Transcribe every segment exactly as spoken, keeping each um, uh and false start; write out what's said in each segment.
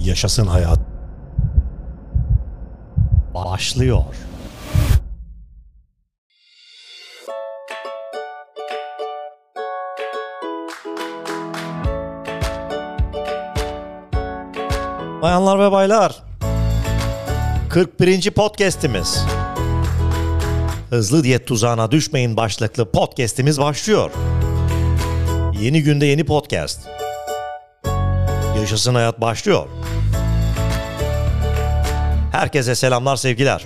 Yaşasın hayat. Başlıyor. Bayanlar ve baylar, kırk birinci podcast'imiz. Hızlı diyet tuzağına düşmeyin başlıklı podcast'imiz başlıyor. Yeni günde yeni podcast. Yaşasın hayat başlıyor. Herkese selamlar, sevgiler.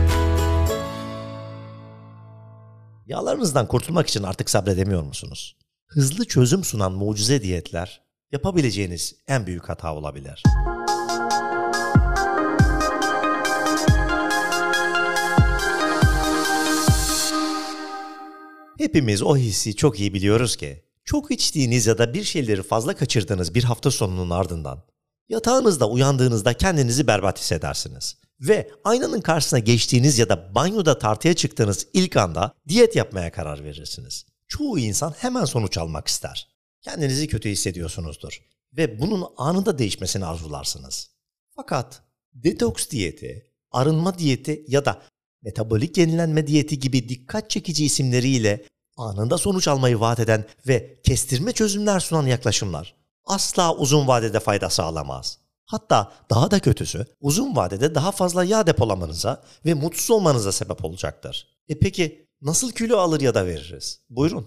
Yağlarınızdan kurtulmak için artık sabredemiyor musunuz? Hızlı çözüm sunan mucize diyetler yapabileceğiniz en büyük hata olabilir. Hepimiz o hissi çok iyi biliyoruz ki, çok içtiğiniz ya da bir şeyleri fazla kaçırdığınız bir hafta sonunun ardından yatağınızda uyandığınızda kendinizi berbat hissedersiniz. Ve aynanın karşısına geçtiğiniz ya da banyoda tartıya çıktığınız ilk anda diyet yapmaya karar verirsiniz. Çoğu insan hemen sonuç almak ister. Kendinizi kötü hissediyorsunuzdur ve bunun anında değişmesini arzularsınız. Fakat detoks diyeti, arınma diyeti ya da metabolik yenilenme diyeti gibi dikkat çekici isimleriyle anında sonuç almayı vaat eden ve kestirme çözümler sunan yaklaşımlar asla uzun vadede fayda sağlamaz. Hatta daha da kötüsü uzun vadede daha fazla yağ depolamanıza ve mutsuz olmanıza sebep olacaktır. E peki nasıl kilo alır ya da veririz? Buyurun.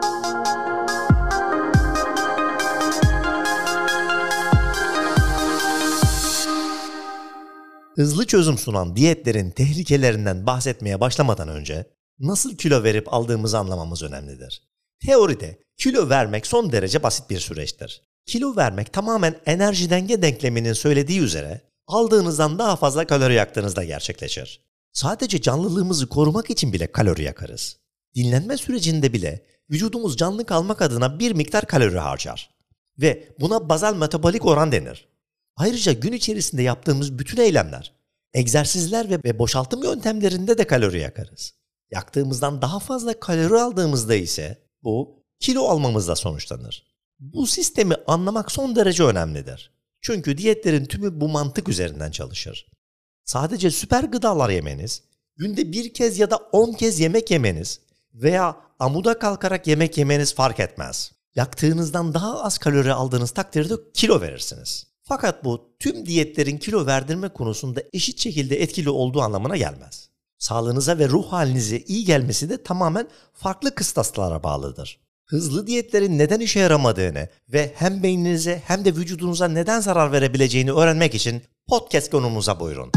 Hızlı çözüm sunan diyetlerin tehlikelerinden bahsetmeye başlamadan önce nasıl kilo verip aldığımızı anlamamız önemlidir. Teoride kilo vermek son derece basit bir süreçtir. Kilo vermek tamamen enerji denge denkleminin söylediği üzere aldığınızdan daha fazla kalori yaktığınızda gerçekleşir. Sadece canlılığımızı korumak için bile kalori yakarız. Dinlenme sürecinde bile vücudumuz canlı kalmak adına bir miktar kalori harcar. Ve buna bazal metabolik oran denir. Ayrıca gün içerisinde yaptığımız bütün eylemler, egzersizler ve boşaltım yöntemlerinde de kalori yakarız. Yaktığımızdan daha fazla kalori aldığımızda ise bu kilo almamızla sonuçlanır. Bu sistemi anlamak son derece önemlidir. Çünkü diyetlerin tümü bu mantık üzerinden çalışır. Sadece süper gıdalar yemeniz, günde bir kez ya da on kez yemek yemeniz veya amuda kalkarak yemek yemeniz fark etmez. Yaktığınızdan daha az kalori aldığınız takdirde kilo verirsiniz. Fakat bu tüm diyetlerin kilo verdirme konusunda eşit şekilde etkili olduğu anlamına gelmez. Sağlığınıza ve ruh halinize iyi gelmesi de tamamen farklı kıstaslara bağlıdır. Hızlı diyetlerin neden işe yaramadığını ve hem beyninize hem de vücudunuza neden zarar verebileceğini öğrenmek için podcast konumuza buyurun.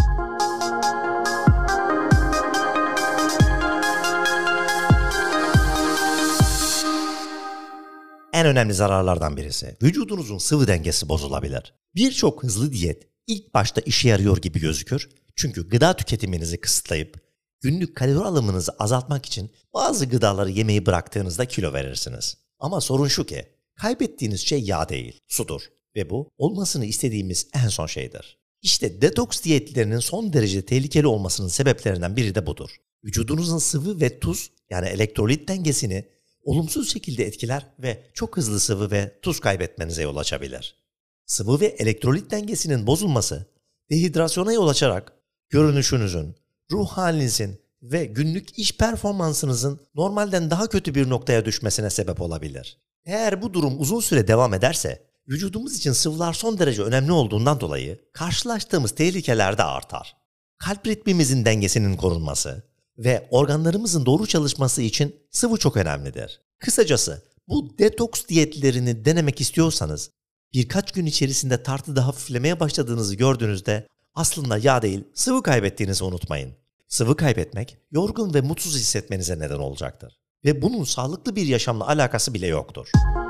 En önemli zararlardan birisi, vücudunuzun sıvı dengesi bozulabilir. Birçok hızlı diyet ilk başta işe yarıyor gibi gözükür. Çünkü gıda tüketiminizi kısıtlayıp günlük kalori alımınızı azaltmak için bazı gıdaları yemeyi bıraktığınızda kilo verirsiniz. Ama sorun şu ki, kaybettiğiniz şey yağ değil, sudur. Ve bu olmasını istediğimiz en son şeydir. İşte detoks diyetlerinin son derece tehlikeli olmasının sebeplerinden biri de budur. Vücudunuzun sıvı ve tuz yani elektrolit dengesini olumsuz şekilde etkiler ve çok hızlı sıvı ve tuz kaybetmenize yol açabilir. Sıvı ve elektrolit dengesinin bozulması, dehidrasyona yol açarak görünüşünüzün, ruh halinizin ve günlük iş performansınızın normalden daha kötü bir noktaya düşmesine sebep olabilir. Eğer bu durum uzun süre devam ederse, vücudumuz için sıvılar son derece önemli olduğundan dolayı karşılaştığımız tehlikeler de artar. Kalp ritmimizin dengesinin korunması ve organlarımızın doğru çalışması için sıvı çok önemlidir. Kısacası bu detoks diyetlerini denemek istiyorsanız, birkaç gün içerisinde tartıda hafiflemeye başladığınızı gördüğünüzde aslında yağ değil sıvı kaybettiğinizi unutmayın. Sıvı kaybetmek yorgun ve mutsuz hissetmenize neden olacaktır. Ve bunun sağlıklı bir yaşamla alakası bile yoktur.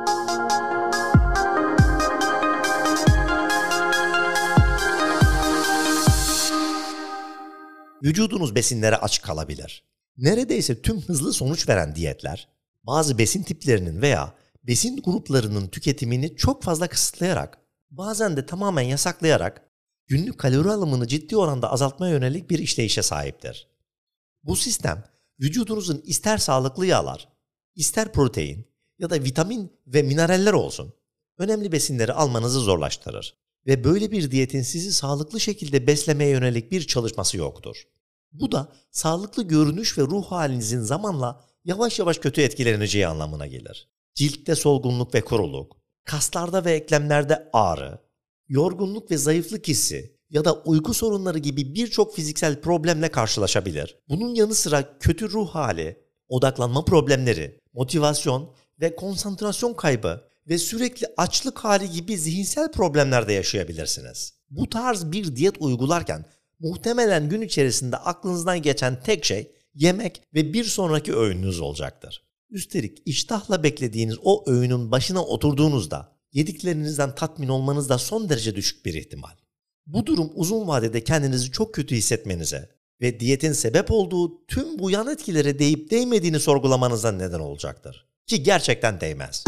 Vücudunuz besinlere aç kalabilir. Neredeyse tüm hızlı sonuç veren diyetler, bazı besin tiplerinin veya besin gruplarının tüketimini çok fazla kısıtlayarak, bazen de tamamen yasaklayarak günlük kalori alımını ciddi oranda azaltmaya yönelik bir işleyişe sahiptir. Bu sistem, vücudunuzun ister sağlıklı yağlar, ister protein ya da vitamin ve mineraller olsun, önemli besinleri almanızı zorlaştırır. ve böyle bir diyetin sizi sağlıklı şekilde beslemeye yönelik bir çalışması yoktur. Bu da sağlıklı görünüş ve ruh halinizin zamanla yavaş yavaş kötü etkileneceği anlamına gelir. Ciltte solgunluk ve kuruluk, kaslarda ve eklemlerde ağrı, yorgunluk ve zayıflık hissi ya da uyku sorunları gibi birçok fiziksel problemle karşılaşabilir. Bunun yanı sıra kötü ruh hali, odaklanma problemleri, motivasyon ve konsantrasyon kaybı ve sürekli açlık hali gibi zihinsel problemler de yaşayabilirsiniz. Bu tarz bir diyet uygularken muhtemelen gün içerisinde aklınızdan geçen tek şey yemek ve bir sonraki öğününüz olacaktır. Üstelik iştahla beklediğiniz o öğünün başına oturduğunuzda yediklerinizden tatmin olmanız da son derece düşük bir ihtimal. Bu durum uzun vadede kendinizi çok kötü hissetmenize ve diyetin sebep olduğu tüm bu yan etkilere değip değmediğini sorgulamanıza neden olacaktır. Ki gerçekten değmez.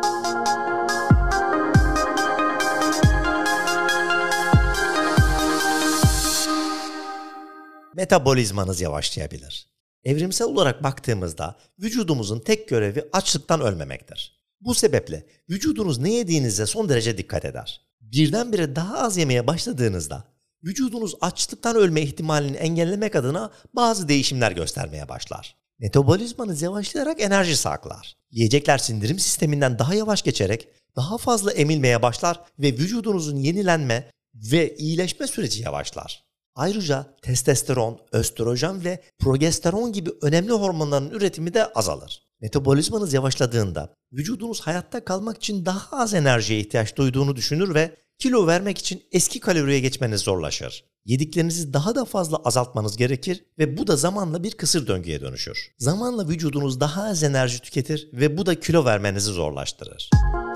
Metabolizmanız yavaşlayabilir. Evrimsel olarak baktığımızda vücudumuzun tek görevi açlıktan ölmemektir. Bu sebeple vücudunuz ne yediğinize son derece dikkat eder. Birdenbire daha az yemeye başladığınızda vücudunuz açlıktan ölme ihtimalini engellemek adına bazı değişimler göstermeye başlar. Metabolizmanız yavaşlayarak enerji saklar. Yiyecekler sindirim sisteminden daha yavaş geçerek daha fazla emilmeye başlar ve vücudunuzun yenilenme ve iyileşme süreci yavaşlar. Ayrıca testosteron, östrojen ve progesteron gibi önemli hormonların üretimi de azalır. Metabolizmanız yavaşladığında vücudunuz hayatta kalmak için daha az enerjiye ihtiyaç duyduğunu düşünür ve kilo vermek için eski kaloriye geçmeniz zorlaşır. Yediklerinizi daha da fazla azaltmanız gerekir ve bu da zamanla bir kısır döngüye dönüşür. Zamanla vücudunuz daha az enerji tüketir ve bu da kilo vermenizi zorlaştırır.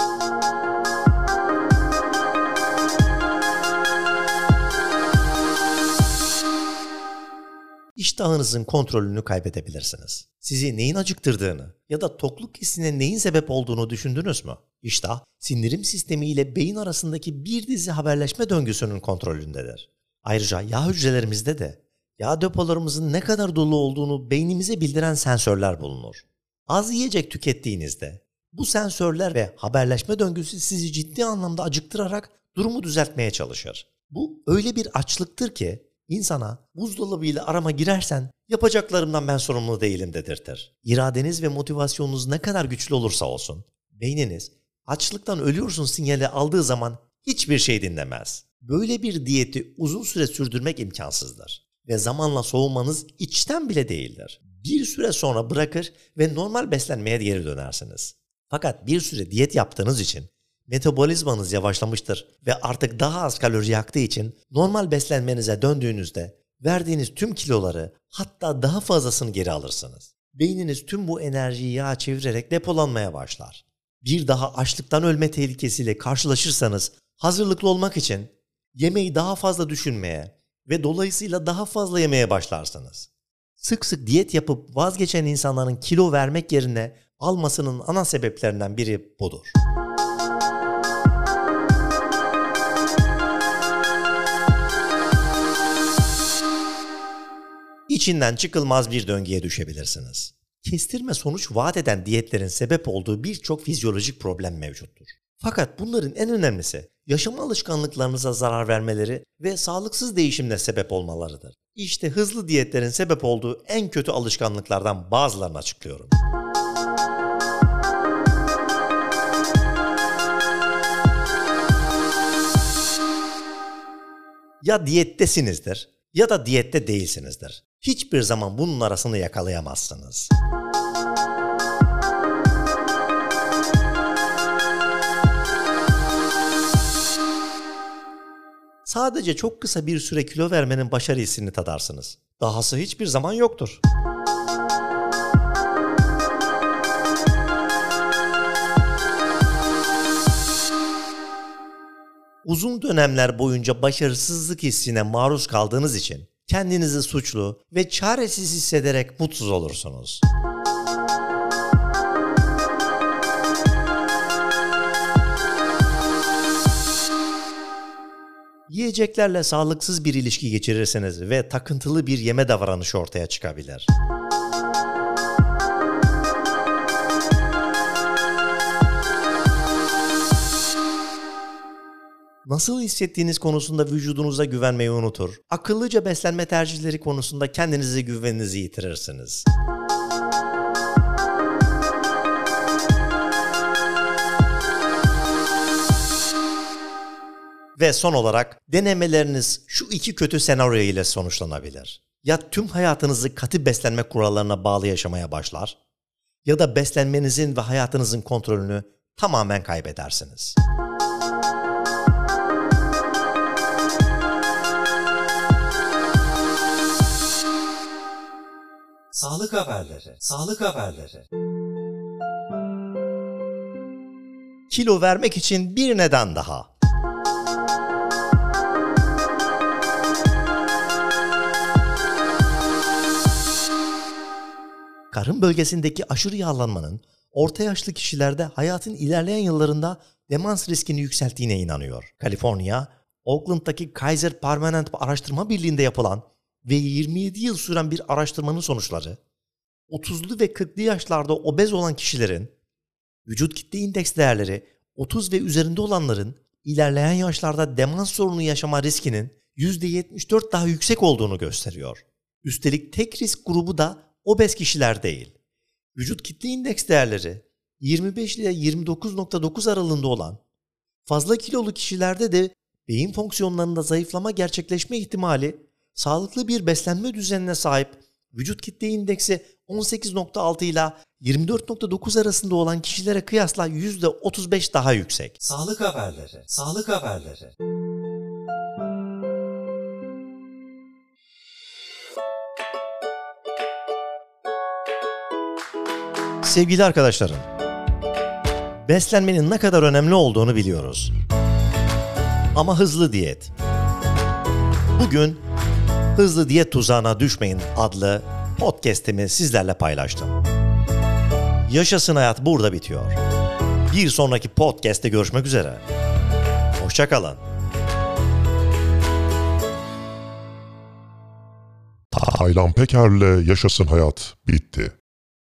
İştahınızın kontrolünü kaybedebilirsiniz. Sizi neyin acıktırdığını ya da tokluk hissine neyin sebep olduğunu düşündünüz mü? İştah, sindirim sistemi ile beyin arasındaki bir dizi haberleşme döngüsünün kontrolündedir. Ayrıca yağ hücrelerimizde de yağ depolarımızın ne kadar dolu olduğunu beynimize bildiren sensörler bulunur. Az yiyecek tükettiğinizde bu sensörler ve haberleşme döngüsü sizi ciddi anlamda acıktırarak durumu düzeltmeye çalışır. Bu öyle bir açlıktır ki İnsana buzdolabıyla arama girersen yapacaklarımdan ben sorumlu değilim dedirtir. İradeniz ve motivasyonunuz ne kadar güçlü olursa olsun, beyniniz açlıktan ölüyorsun sinyali aldığı zaman hiçbir şey dinlemez. Böyle bir diyeti uzun süre sürdürmek imkansızdır ve zamanla soğumanız içten bile değildir. Bir süre sonra bırakır ve normal beslenmeye geri dönersiniz. Fakat bir süre diyet yaptığınız için metabolizmanız yavaşlamıştır ve artık daha az kalori yaktığı için normal beslenmenize döndüğünüzde verdiğiniz tüm kiloları, hatta daha fazlasını geri alırsınız. Beyniniz tüm bu enerjiyi yağa çevirerek depolanmaya başlar. Bir daha açlıktan ölme tehlikesiyle karşılaşırsanız hazırlıklı olmak için yemeği daha fazla düşünmeye ve dolayısıyla daha fazla yemeye başlarsınız. Sık sık diyet yapıp vazgeçen insanların kilo vermek yerine almasının ana sebeplerinden biri budur. İçinden çıkılmaz bir döngüye düşebilirsiniz. Kestirme sonuç vaat eden diyetlerin sebep olduğu birçok fizyolojik problem mevcuttur. Fakat bunların en önemlisi yaşam alışkanlıklarınıza zarar vermeleri ve sağlıksız değişimle sebep olmalarıdır. İşte hızlı diyetlerin sebep olduğu en kötü alışkanlıklardan bazılarını açıklıyorum. Ya diyettesinizdir ya da diyette değilsinizdir. Hiçbir zaman bunun arasını yakalayamazsınız. Sadece çok kısa bir süre kilo vermenin başarı hissini tadarsınız. Dahası hiçbir zaman yoktur. Uzun dönemler boyunca başarısızlık hissine maruz kaldığınız için kendinizi suçlu ve çaresiz hissederek mutsuz olursunuz. Yiyeceklerle sağlıksız bir ilişki geçirirseniz ve takıntılı bir yeme davranışı ortaya çıkabilir. Nasıl hissettiğiniz konusunda vücudunuza güvenmeyi unutur, akıllıca beslenme tercihleri konusunda kendinizi güveninizi yitirirsiniz. Ve son olarak denemeleriniz şu iki kötü senaryo ile sonuçlanabilir. Ya tüm hayatınızı katı beslenme kurallarına bağlı yaşamaya başlar ya da beslenmenizin ve hayatınızın kontrolünü tamamen kaybedersiniz. Sağlık haberleri, sağlık haberleri. Kilo vermek için bir neden daha. Karın bölgesindeki aşırı yağlanmanın orta yaşlı kişilerde hayatın ilerleyen yıllarında demans riskini yükselttiğine inanıyor. Kaliforniya, Oakland'daki Kaiser Permanente Araştırma Birliği'nde yapılan ve yirmi yedi yıl süren bir araştırmanın sonuçları, otuzlu ve kırklı yaşlarda obez olan kişilerin vücut kitle indeks değerleri otuz ve üzerinde olanların ilerleyen yaşlarda demans sorunu yaşama riskinin yüzde yetmiş dört daha yüksek olduğunu gösteriyor. Üstelik tek risk grubu da obez kişiler değil. Vücut kitle indeks değerleri yirmi beş ile yirmi dokuz nokta dokuz aralığında olan fazla kilolu kişilerde de beyin fonksiyonlarında zayıflama gerçekleşme ihtimali sağlıklı bir beslenme düzenine sahip vücut kitle indeksi on sekiz nokta altı ile yirmi dört nokta dokuz arasında olan kişilere kıyasla yüzde otuz beş daha yüksek. Sağlık haberleri, sağlık haberleri. Sevgili arkadaşlarım, beslenmenin ne kadar önemli olduğunu biliyoruz. Ama hızlı diyet. Bugün Hızlı Diyet Tuzağına Düşmeyin adlı podcast'imi sizlerle paylaştım. Yaşasın hayat burada bitiyor. Bir sonraki podcast'te görüşmek üzere. Hoşça kalın. Taylan Peker'le Yaşasın Hayat bitti.